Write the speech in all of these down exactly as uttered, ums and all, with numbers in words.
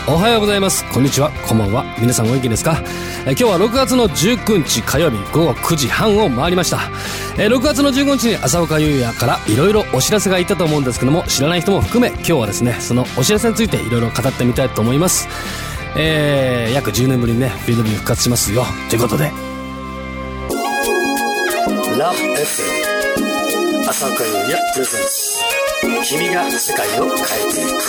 おはようございます。こんにちは、こんばんは。皆さんお元気ですか？え今日はろくがつのじゅうくにち火曜日ごごくじはんを回りました。えろくがつのじゅうごにちに浅岡優也からいろいろお知らせがいったと思うんですけども、知らない人も含め今日はですね、そのお知らせについていろいろ語ってみたいと思います。えー、約じゅうねんぶりにねフィールドビュー復活しますよということで、ラブ エフエム 浅岡優也プレゼンス、君が世界を変えていく。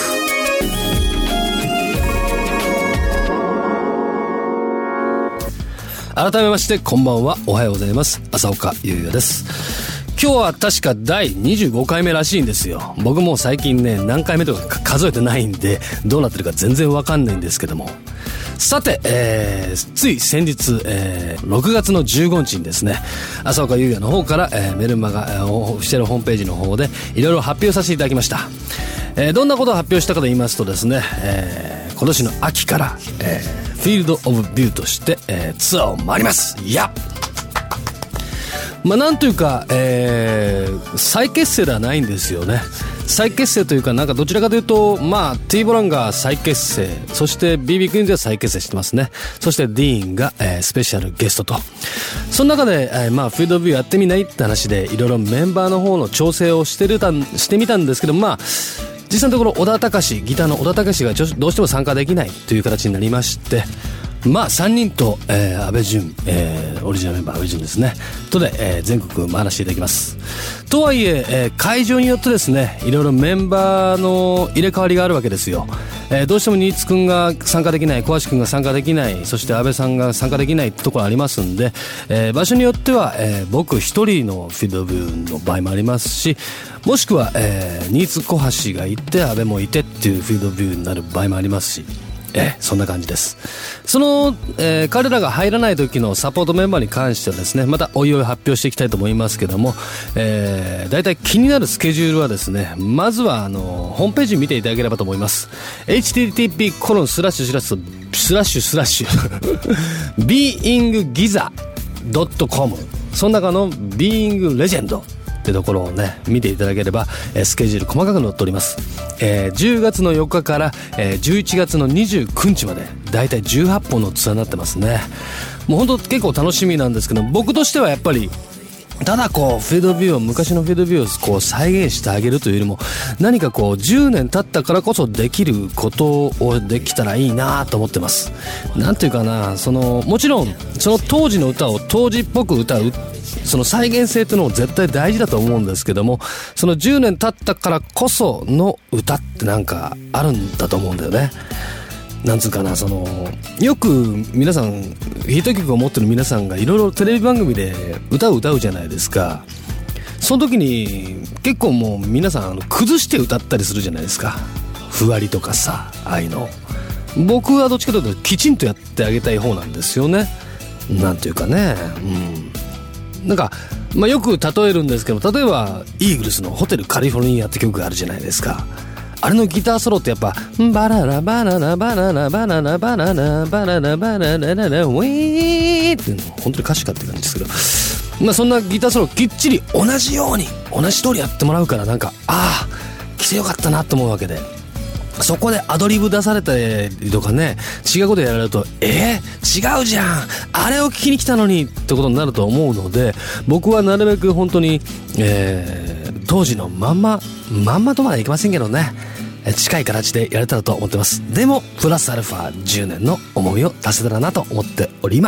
改めましてこんばんは、おはようございます。浅岡優也です。今日は確かだいにじゅうごかいめらしいんですよ。僕も最近ね何回目とか数えてないんでどうなってるか全然わかんないんですけども、さて、えー、つい先日、えー、ろくがつのじゅうごにちにですね、浅岡優也の方から、えー、メルマガ、えー、オフィシャルホームページの方でいろいろ発表させていただきました。えー、どんなことを発表したかと言いますとですね、えー、今年の秋から、えーフィールドオブビューとして、えー、ツアーを回ります。いや、まあなんというか、えー、再結成ではないんですよね。再結成というか、なんかどちらかというと、まあ T ボランが再結成、そして ビービー クイーンズが再結成してますね。そしてディーンが、えー、スペシャルゲストと、その中で、えー、まあフィールドビューやってみないって話でいろいろメンバーの方の調整をしてるたしてみたんですけど、まあ実際のところ小田隆ギターの小田隆がどうしても参加できないという形になりまして、まあさんにんと、えー、安倍淳、えー、オリジナルメンバー安倍淳ですねとで、えー、全国回らせていただきます。とはいええー、会場によってですねいろいろメンバーの入れ替わりがあるわけですよ。えー、どうしても新津くんが参加できない、小橋くんが参加できない、そして安倍さんが参加できないってところありますんで、えー、場所によっては、えー、僕一人のフィールドビューの場合もありますし、もしくは、えー、新津小橋がいて安倍もいてっていうフィールドビューになる場合もありますし、えー、そんな感じです。その、えー、彼らが入らない時のサポートメンバーに関してはですね、またおいおい発表していきたいと思いますけども、えー、だいたい気になるスケジュールはですね、まずはあのホームページ見ていただければと思います。 エイチティーティーピーコロンスラッシュスラッシュスラッシュスラッシュビーイングギザドットコム、その中のビーイングレジェンドってところをね見ていただければ、えー、スケジュール細かく載っております。えー、じゅうがつのよっかから、えー、じゅういちがつのにじゅうくにちまでだいたいじゅうはっぽんのツアーになってますね。もう本当結構楽しみなんですけど、僕としてはやっぱりただこうフィールドビューを昔のフィールドビューをこう再現してあげるというよりも、何かこうじゅうねん経ったからこそできることをできたらいいなと思ってます。なんていうかな、そのもちろんその当時の歌を当時っぽく歌う、その再現性っていうのも絶対大事だと思うんですけども、そのじゅうねん経ったからこその歌ってなんかあるんだと思うんだよね。なんつうかな、そのよく皆さんヒット曲を持ってる皆さんがいろいろテレビ番組で歌を歌うじゃないですか。その時に結構もう皆さん崩して歌ったりするじゃないですか。ふわりとかさ、ああいうの僕はどっちかというときちんとやってあげたい方なんですよね。なんていうかね、うん、なんか、まあ、よく例えるんですけど、例えばイーグルスのホテルカリフォルニアって曲があるじゃないですか。あれのギターソロってやっぱバナナバナナバナナバナナバナナバナナバナナバナナウィーっていうの本当に歌詞かって感じですけど、まあそんなギターソロきっちり同じように同じ通りやってもらうから、なんかああ来てよかったなと思うわけで、そこでアドリブ出されたりとかね、違うことやられるとえー、違うじゃんあれを聞きに来たのにってことになると思うので、僕はなるべく本当に、えー、当時のまんままんまとまではいけませんけどね、近い形でやれたらと思ってます。でもプラスアルファじゅうねんの思いを出せたらなと思っております。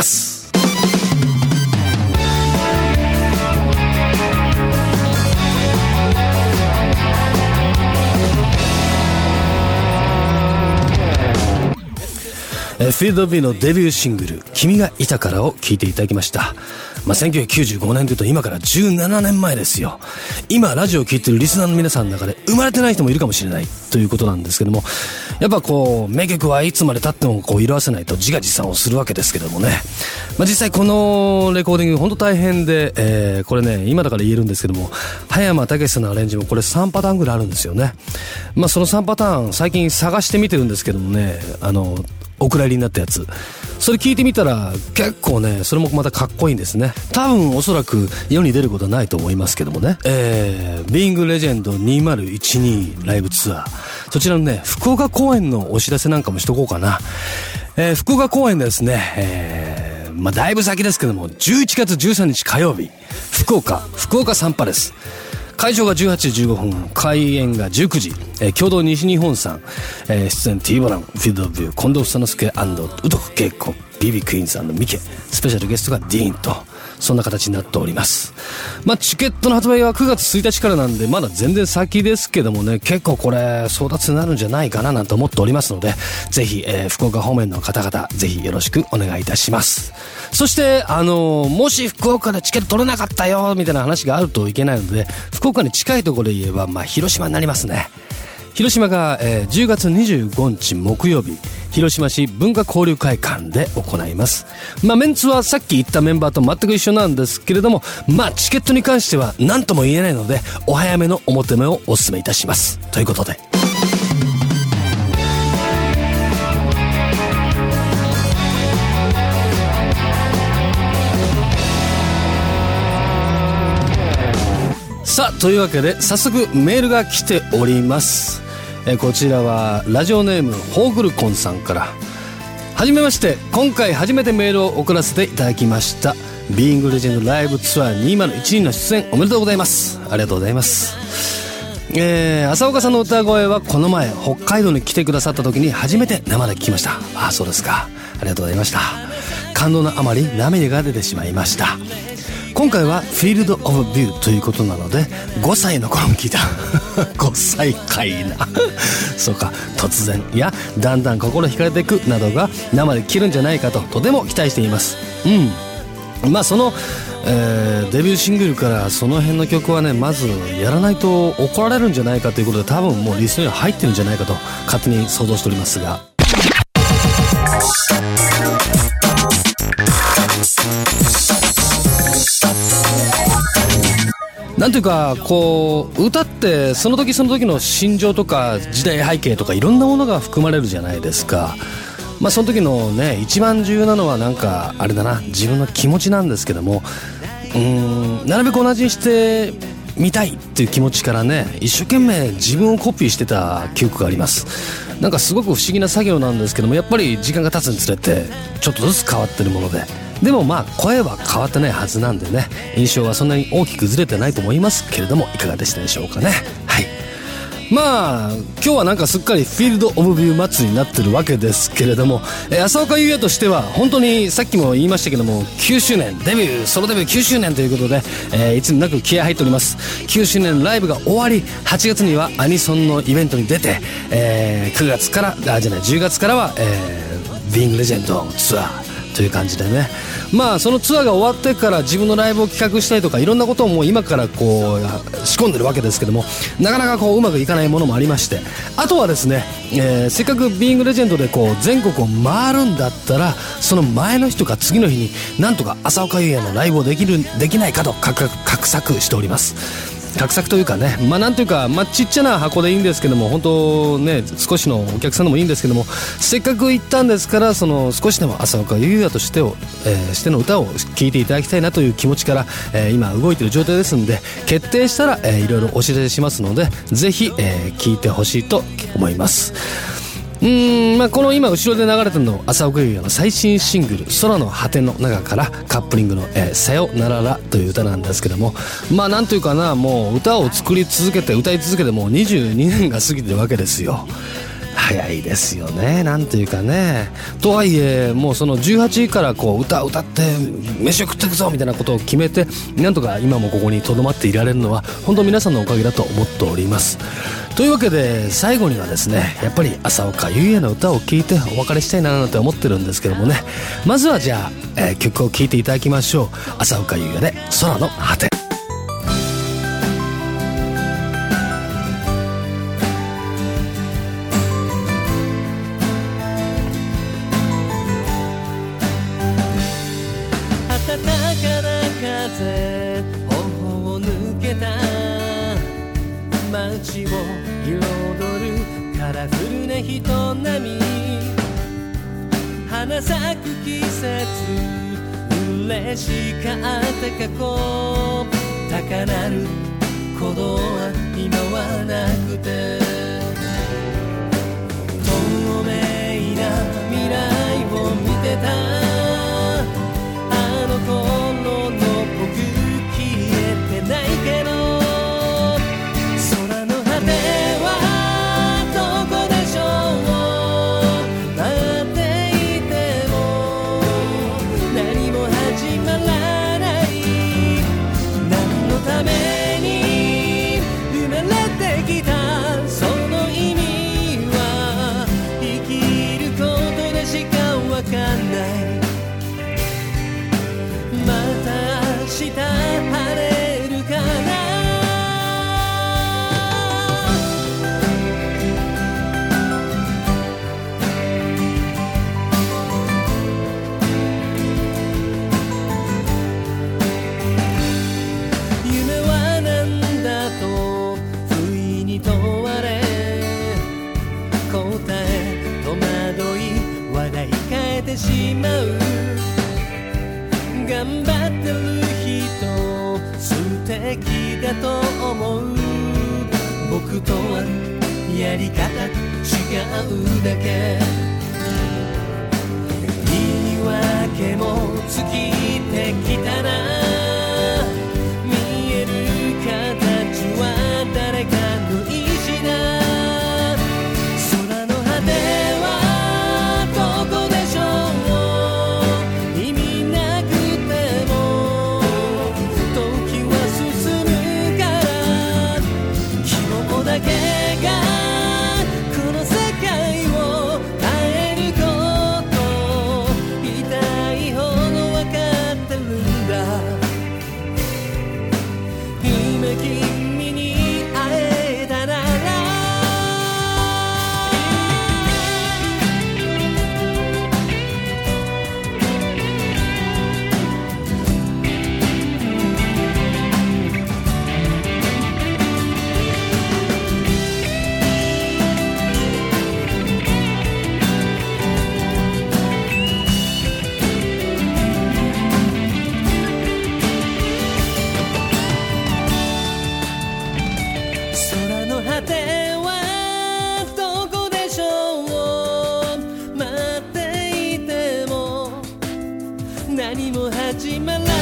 フィールドビューのデビューシングル君がいたからを聴いていただきました。まあ、せんきゅうひゃくきゅうじゅうごねんというと今からじゅうななねんまえですよ。今ラジオを聴いてるリスナーの皆さんの中で生まれてない人もいるかもしれないということなんですけども、やっぱこう名曲はいつまで経ってもこう色あせないと自画自賛をするわけですけどもね、まあ、実際このレコーディング本当大変で、えー、これね今だから言えるんですけども、葉山武さんのアレンジもこれさんパターンぐらいあるんですよね。まあ、そのさんパターン最近探してみてるんですけどもね、あのお蔵入りになったやつそれ聞いてみたら結構ね、それもまたかっこいいんですね。多分おそらく世に出ることはないと思いますけどもね、えー、ビーイングレジェンドにせんじゅうにライブツアー、そちらのね福岡公演のお知らせなんかもしとこうかな。えー、福岡公演ですね、えー、まあだいぶ先ですけども、じゅういちがつじゅうさんにち火曜日、福岡福岡サンパレス、会場がじゅうはちじじゅうごふん、開演がじゅうくじ、えー、共同西日本さん、えー、出演 T ボラン、フィールドビュー、近藤房之助&宇徳恵子、ビビクイーンズ&ミケ、スペシャルゲストがディーンと、そんな形になっております。まあチケットの発売はくがつついたちからなんで、まだ全然先ですけどもね、結構これ争奪になるんじゃないかななんて思っておりますので、ぜひ、えー、福岡方面の方々ぜひよろしくお願いいたします。そしてあのー、もし福岡でチケット取れなかったよみたいな話があるといけないので、福岡に近いところで言えばまあ広島になりますね。広島が、えー、じゅうがつにじゅうごにち木曜日、広島市文化交流会館で行います。まあメンツはさっき言ったメンバーと全く一緒なんですけれども、まあチケットに関しては何とも言えないので、お早めのお求めをお勧めいたします。ということで、さあというわけで早速メールが来ております。えこちらはラジオネームホーグルコンさんから。はじめまして、今回初めてメールを送らせていただきました。ビーイングレジェンドライブツアーにせんじゅうにの出演おめでとうございます。ありがとうございます。えー、浅岡さんの歌声はこの前北海道に来てくださった時に初めて生で聞きました。ああそうですか、ありがとうございました。感動のあまり涙が出てしまいました。今回はフィールドオブビューということなので、ごさいの頃に聞いたごさいかいなそうか、突然いやだんだん心惹かれていくなどが生で聞けるんじゃないかととても期待しています。うん、まあその、えー、デビューシングルからその辺の曲はね、まずやらないと怒られるんじゃないかということで、多分もうリストには入ってるんじゃないかと勝手に想像しておりますが、なんていうかこう歌ってその時その時の心情とか時代背景とかいろんなものが含まれるじゃないですか。まあその時のね一番重要なのはなんかあれだな、自分の気持ちなんですけども、うーんなるべく同じにしてみたいっていう気持ちからね、一生懸命自分をコピーしてた記憶があります。なんかすごく不思議な作業なんですけども、やっぱり時間が経つにつれてちょっとずつ変わってるもので、でもまあ声は変わってないはずなんでね、印象はそんなに大きくずれてないと思いますけれども、いかがでしたでしょうかね。はい、まあ今日はなんかすっかりフィールドオブビュー祭りになってるわけですけれども、えー、浅岡優也としては本当にさっきも言いましたけども、きゅうしゅうねんデビューソロデビューきゅうしゅうねんということで、えー、いつになく気合入っております。きゅうしゅうねんライブが終わり、はちがつにはアニソンのイベントに出て、えー、くがつからあじゃないじゅうがつからは、えー、ビーイングレジェンドツアーという感じでね、まあそのツアーが終わってから自分のライブを企画したりとかいろんなことをもう今からこう仕込んでるわけですけども、なかなかこううまくいかないものもありまして、あとはですね、えー、せっかくビーイングレジェンドでこう全国を回るんだったら、その前の日とか次の日になんとか浅岡優也のライブをできるできないかと画策しております。画策というかね、まあなんというか、まあちっちゃな箱でいいんですけども、本当ね少しのお客さんでもいいんですけども、せっかく行ったんですから、その少しでも浅岡優也としてを、えー、しての歌を聴いていただきたいなという気持ちから、えー、今動いている状態ですんで、決定したら、えー、いろいろお知らせしますので、ぜひ、えー、聴いてほしいと思います。うーん、まあ、この今後ろで流れてるの浅岡優也の最新シングル「空の果て」の中からカップリングの、えー「さよならら」という歌なんですけども、まあなんというかな、もう歌を作り続けて歌い続けてもうにじゅうにねんが過ぎてるわけですよ。早いですよね、なんていうかね。とはいえもうそのじゅうはちからこう歌を歌って飯を食っていくぞみたいなことを決めて、なんとか今もここに留まっていられるのは本当皆さんのおかげだと思っております。というわけで最後にはですね、やっぱり浅岡優也の歌を聴いてお別れしたいななんて思ってるんですけどもね、まずはじゃあ、えー、曲を聴いていただきましょう。浅岡優也で空の果て。 街を彩るカラフルな人波、花花咲く季節嬉しかった過去高鳴る鼓動は今はなくて透明な未来を見てたあの頃の僕消えてないけど空の果てはどこでしょう待っていても何も始まらない何のために生まれてきたその意味は生きることでしかわかんないまた明日晴れるかな夢はなんだと不意に問われ答え戸惑い話題変えてしまう頑張ってる人素敵だと思う僕とはやり方違うだけ言い訳も尽きてきたな見える形は誰かの意地だ空の果てはどこでしょう意味なくても時は進むから希望だけがこの世界を変えること痛いほど分かってるんだ今君に会えたなら空の果てはどこでしょう待っていても何も始まらない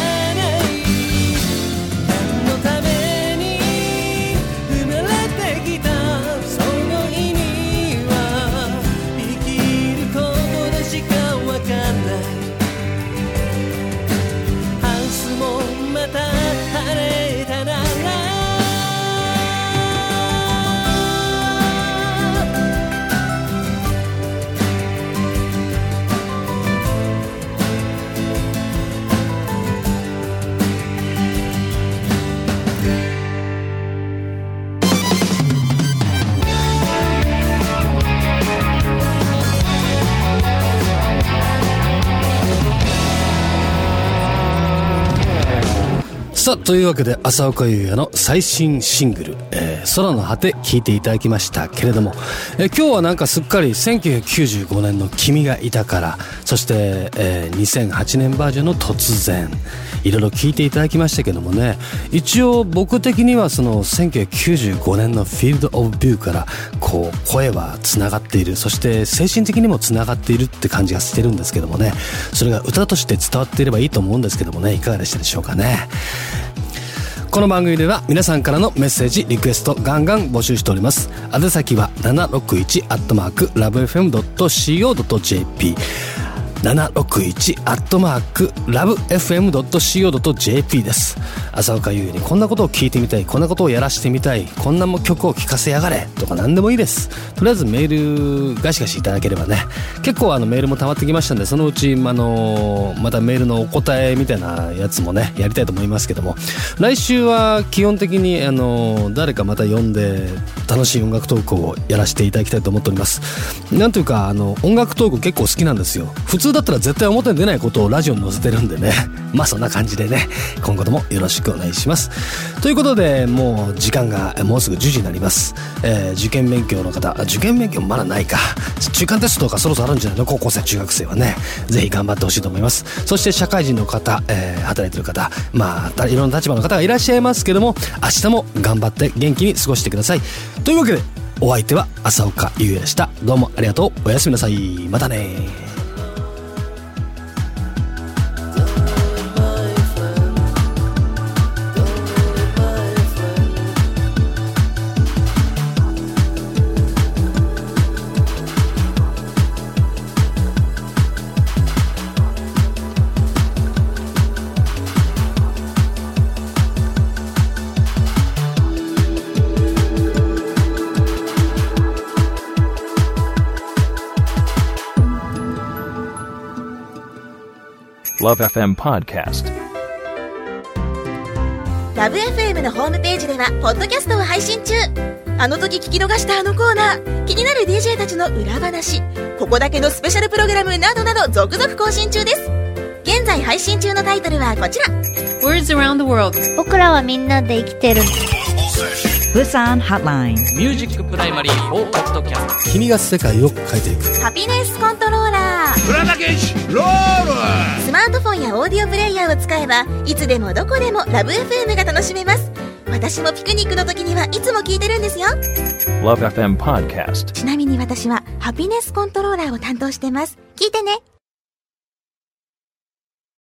何のために生まれてきたその意味は生きることでしかわかんない明日もまた晴れたならさあ、というわけで浅岡優也の最新シングル、えー、空の果て聴いていただきましたけれども、えー、今日はなんかすっかりせんきゅうひゃくきゅうじゅうごねんの君がいたからそして、えー、にせんはちねんバージョンの突然いろいろ聴いていただきましたけどもね一応僕的にはそのせんきゅうひゃくきゅうじゅうごねんのフィールドオブビューからこう声はつながっているそして精神的にもつながっているって感じがしてるんですけどもねそれが歌として伝わっていればいいと思うんですけどもねいかがでしたでしょうかね。この番組では皆さんからのメッセージリクエストガンガン募集しております。宛先はななろくいちアットマークラブエフエムドットシーオードットジェーピーななろくいちアットマークラブエフエムドットシーオードットジェーピー です。浅岡優にこんなことを聞いてみたいこんなことをやらしてみたいこんな曲を聴かせやがれとか何でもいいです。とりあえずメールガシガシいただければね結構あのメールも溜まってきましたんでそのうち、あのまたメールのお答えみたいなやつもねやりたいと思いますけども来週は基本的にあの誰かまた呼んで楽しい音楽トークをやらせていただきたいと思っております。なんというかあの音楽トーク結構好きなんですよ。普通だったら絶対表に出ないことをラジオに載せてるんでね。まあそんな感じでね、今後ともよろしくお願いします。ということで、もう時間がもうすぐじゅうじになります。えー、受験勉強の方、受験勉強まだないか。中間テストとかそろそろあるんじゃないの？高校生、中学生はね。ぜひ頑張ってほしいと思います。そして社会人の方、えー、働いてる方、まあ、いろんな立場の方がいらっしゃいますけども、明日も頑張って元気に過ごしてください。というわけで、お相手は浅岡優也でした。どうもありがとう。おやすみなさい。またね。 ラブ エフエム Podcast。 ラブ エフエム のホームページではポッドキャストを配信中。あの時聞き逃したあのコーナー、気になる ディージェー たちの裏話、ここだけのスペシャルプログラムなどなど続々更新中です。現在配信中のタイトルはこちら。 Words Around the World。 僕らはみんなで生きてる。 ブサンハットライン。 ミュージックプライマリーフォーポッドキャスト。 君が世界を変えていく。 ハピネスコントローラー。 浦田健一ロール。 スマートフォンやオーディオプレイヤーを使えばいつでもどこでもラブ エフエム が楽しめます。私もピクニックの時にはいつも聞いてるんですよ。 ラブ エフエム Podcast。 ちなみに私はハピネスコントローラーを担当してます。聞いてね。